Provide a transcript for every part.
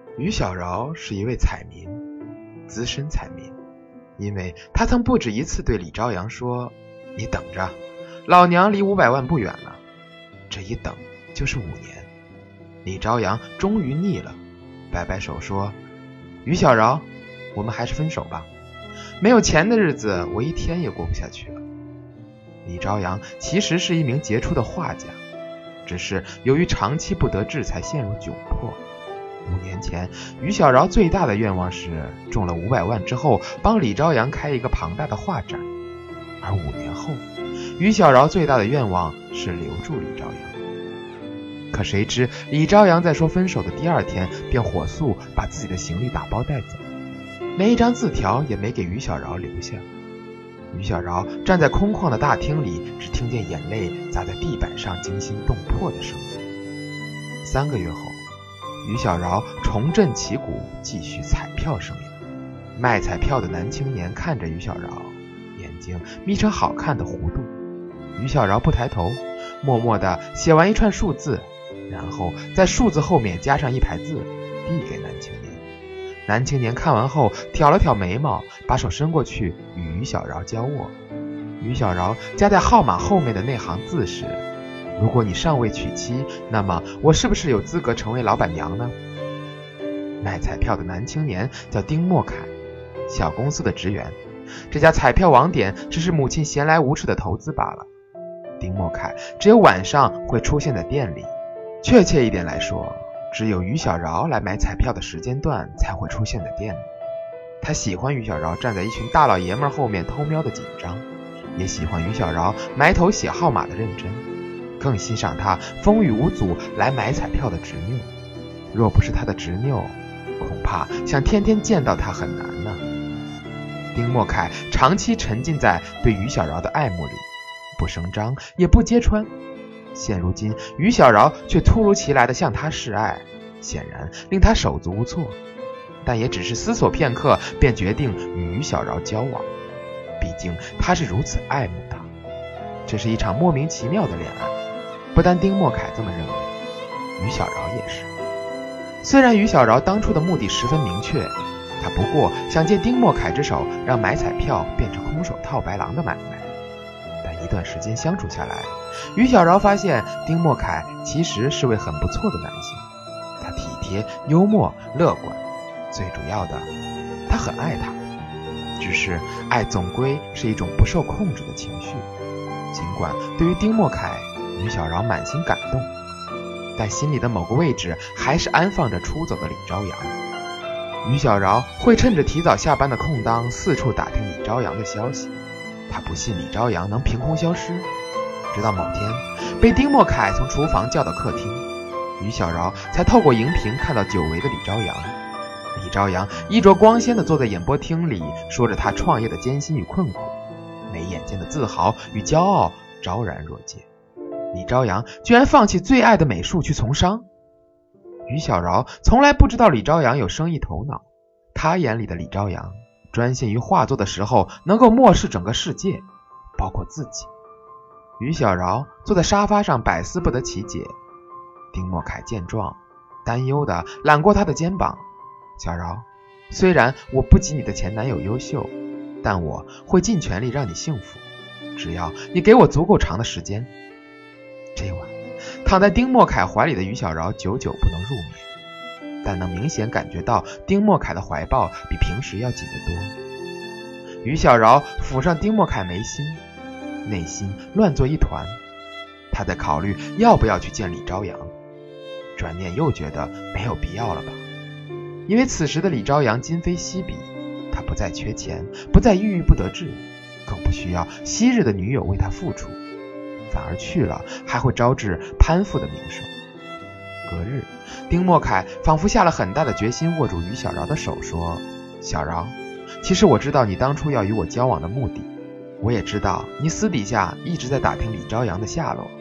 于小饶是一位彩民，资深彩民，因为他曾不止一次对李朝阳说：“你等着，老娘离500万不远了。”这一等就是5年。李朝阳终于腻了，摆摆手说：“于小饶，我们还是分手吧。没有钱的日子，我一天也过不下去了。”李朝阳其实是一名杰出的画家，只是由于长期不得志才陷入窘迫。5年前，于小饶最大的愿望是中了500万之后帮李朝阳开一个庞大的画展，而5年后，于小饶最大的愿望是留住李朝阳。可谁知李朝阳在说分手的第2天便火速把自己的行李打包带走，连一张字条也没给于小饶留下。于小饶站在空旷的大厅里，只听见眼泪砸在地板上惊心动魄的声音。3个月后，于小饶重振旗鼓，继续彩票生涯。卖彩票的男青年看着于小饶，眼睛眯成好看的弧度。于小饶不抬头，默默地写完一串数字，然后在数字后面加上一排字，递给男青年。男青年看完后挑了挑眉毛，把手伸过去与于小饶交握。于小饶加在号码后面的那行字是：“如果你尚未娶妻，那么我是不是有资格成为老板娘呢？”卖彩票的男青年叫丁默凯，小公司的职员，这家彩票网点只是母亲闲来无事的投资罢了。丁默凯只有晚上会出现在店里，确切一点来说，只有于小饶来买彩票的时间段才会出现在店里。他喜欢于小饶站在一群大老爷们后面偷瞄的紧张，也喜欢于小饶埋头写号码的认真，更欣赏他风雨无阻来买彩票的执拗。若不是他的执拗，恐怕想天天见到他很难呢。丁默凯长期沉浸在对于小饶的爱慕里，不声张也不揭穿。现如今于小饶却突如其来的向他示爱，显然令他手足无措，但也只是思索片刻便决定与于小饶交往，毕竟他是如此爱慕他。这是一场莫名其妙的恋爱，不但丁默凯这么认为，于小饶也是。虽然于小饶当初的目的十分明确，他不过想借丁默凯之手让买彩票变成空手套白狼的买卖，但一段时间相处下来，于小饶发现丁默凯其实是位很不错的男性。他体贴、幽默、乐观，最主要的，他很爱他。只是爱总归是一种不受控制的情绪。尽管对于丁默凯，于小饶满心感动，但心里的某个位置还是安放着出走的李朝阳。于小饶会趁着提早下班的空当四处打听李朝阳的消息，他不信李朝阳能凭空消失。直到某天被丁默凯从厨房叫到客厅，于小饶才透过荧屏看到久违的李朝阳。李朝阳衣着光鲜地坐在演播厅里，说着他创业的艰辛与困苦，眉眼间的自豪与骄傲昭然若揭。李朝阳居然放弃最爱的美术去从商。于小饶从来不知道李朝阳有生意头脑，他眼里的李朝阳专心于画作的时候能够漠视整个世界，包括自己。于小饶坐在沙发上百思不得其解。丁默凯见状，担忧地揽过他的肩膀：“小饶，虽然我不及你的前男友优秀，但我会尽全力让你幸福，只要你给我足够长的时间。”这晚躺在丁默凯怀里的于小饶久久不能入眠，但能明显感觉到丁默凯的怀抱比平时要紧得多。于小饶抚上丁默凯眉心，内心乱作一团。他在考虑要不要去见李朝阳，转念又觉得没有必要了吧，因为此时的李朝阳今非昔比，他不再缺钱，不再郁郁不得志，更不需要昔日的女友为他付出，反而去了还会招致攀附的名声。隔日，丁默凯仿佛下了很大的决心，握住于小饶的手说：“小饶，其实我知道你当初要与我交往的目的，我也知道你私底下一直在打听李朝阳的下落。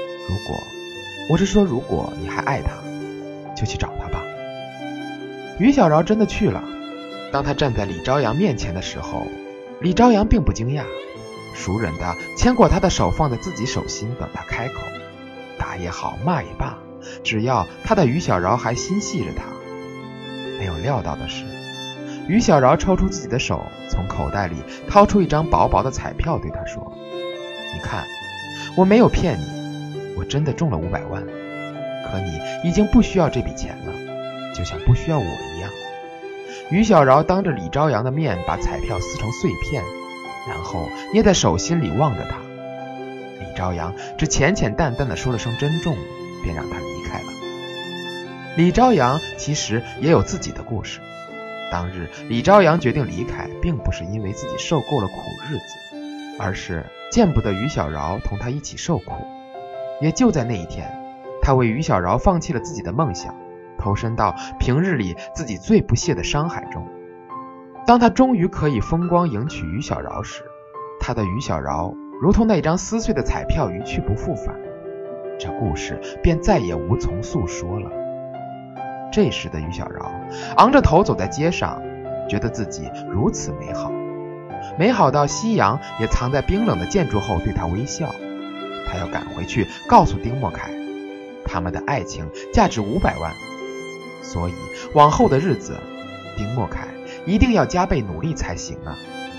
如果你还爱他，就去找他吧。”于小饶真的去了。当他站在李朝阳面前的时候，李朝阳并不惊讶，熟人的牵过他的手放在自己手心，等他开口，打也好，骂也罢，只要他的于小饶还心系着他。 没有料到的是，于小饶抽出自己的手，从口袋里掏出一张薄薄的彩票，对他说：你看，我没有骗你，我真的中了500万，可你已经不需要这笔钱了，就像不需要我一样。于小饶当着李朝阳的面把彩票撕成碎片，然后捏在手心里望着他。李朝阳只浅浅淡淡的说了声珍重，便让他离开了。李朝阳其实也有自己的故事。当日李朝阳决定离开，并不是因为自己受够了苦日子，而是见不得于小饶同他一起受苦。也就在那一天，他为于小饶放弃了自己的梦想，投身到平日里自己最不屑的商海中。当他终于可以风光迎娶于小饶时，他的于小饶如同那张撕碎的彩票一去不复返，这故事便再也无从诉说了。这时的于小饶昂着头走在街上，觉得自己如此美好，美好到夕阳也藏在冰冷的建筑后对他微笑。他要赶回去告诉丁默凯，他们的爱情价值500万，所以往后的日子，丁默凯一定要加倍努力才行啊。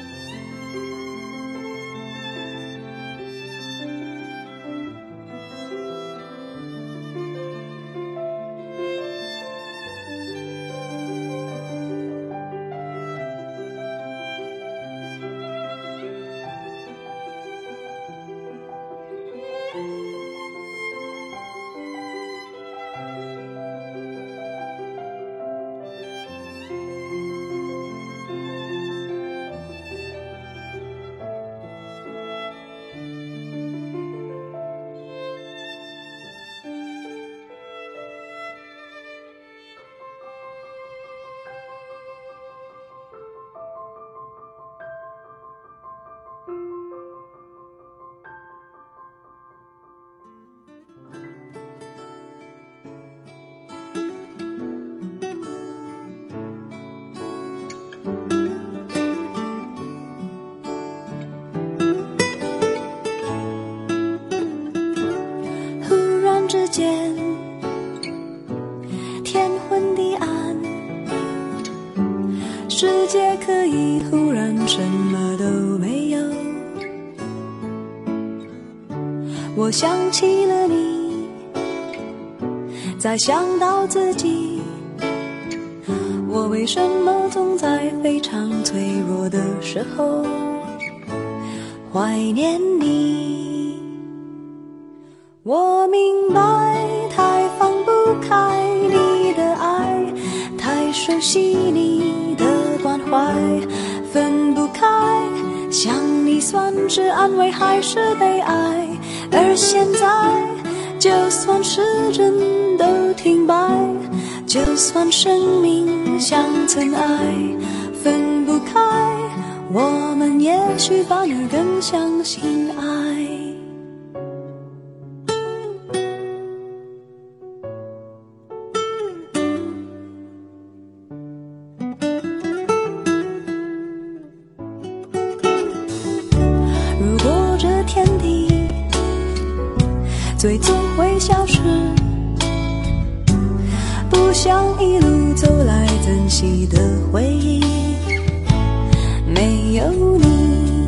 之间天昏地暗，世界可以忽然什么都没有。我想起了你，再想到自己，我为什么总在非常脆弱的时候怀念你？我明白，太放不开你的爱，太熟悉你的关怀，分不开，想你算是安慰还是悲哀？而现在，就算时针都停摆，就算生命像尘埃，分不开，我们也许反而更相信爱。如果这天地最终会消失，不想一路走来珍惜的回忆没有你。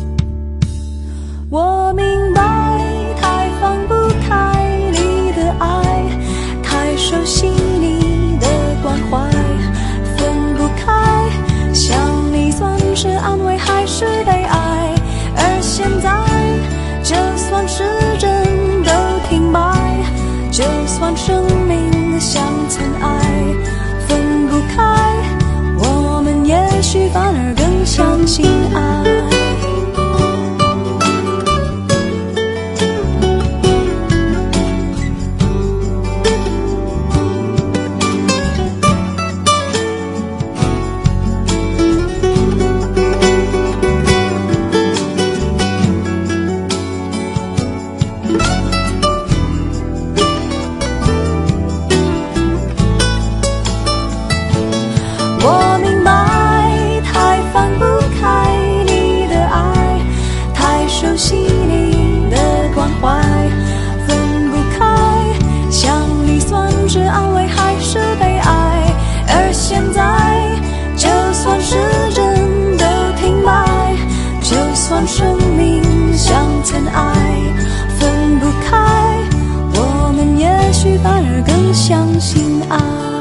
我明白，太放不开你的爱，太熟悉你的关怀，分不开，想你算是安慰还是悲哀？而现在，就算时针都停摆，就算生命像尘埃，分不开，我们也许反而更相信爱。我明白，太放不开你望生命像尘埃，分不开，我们也许反而更相信爱。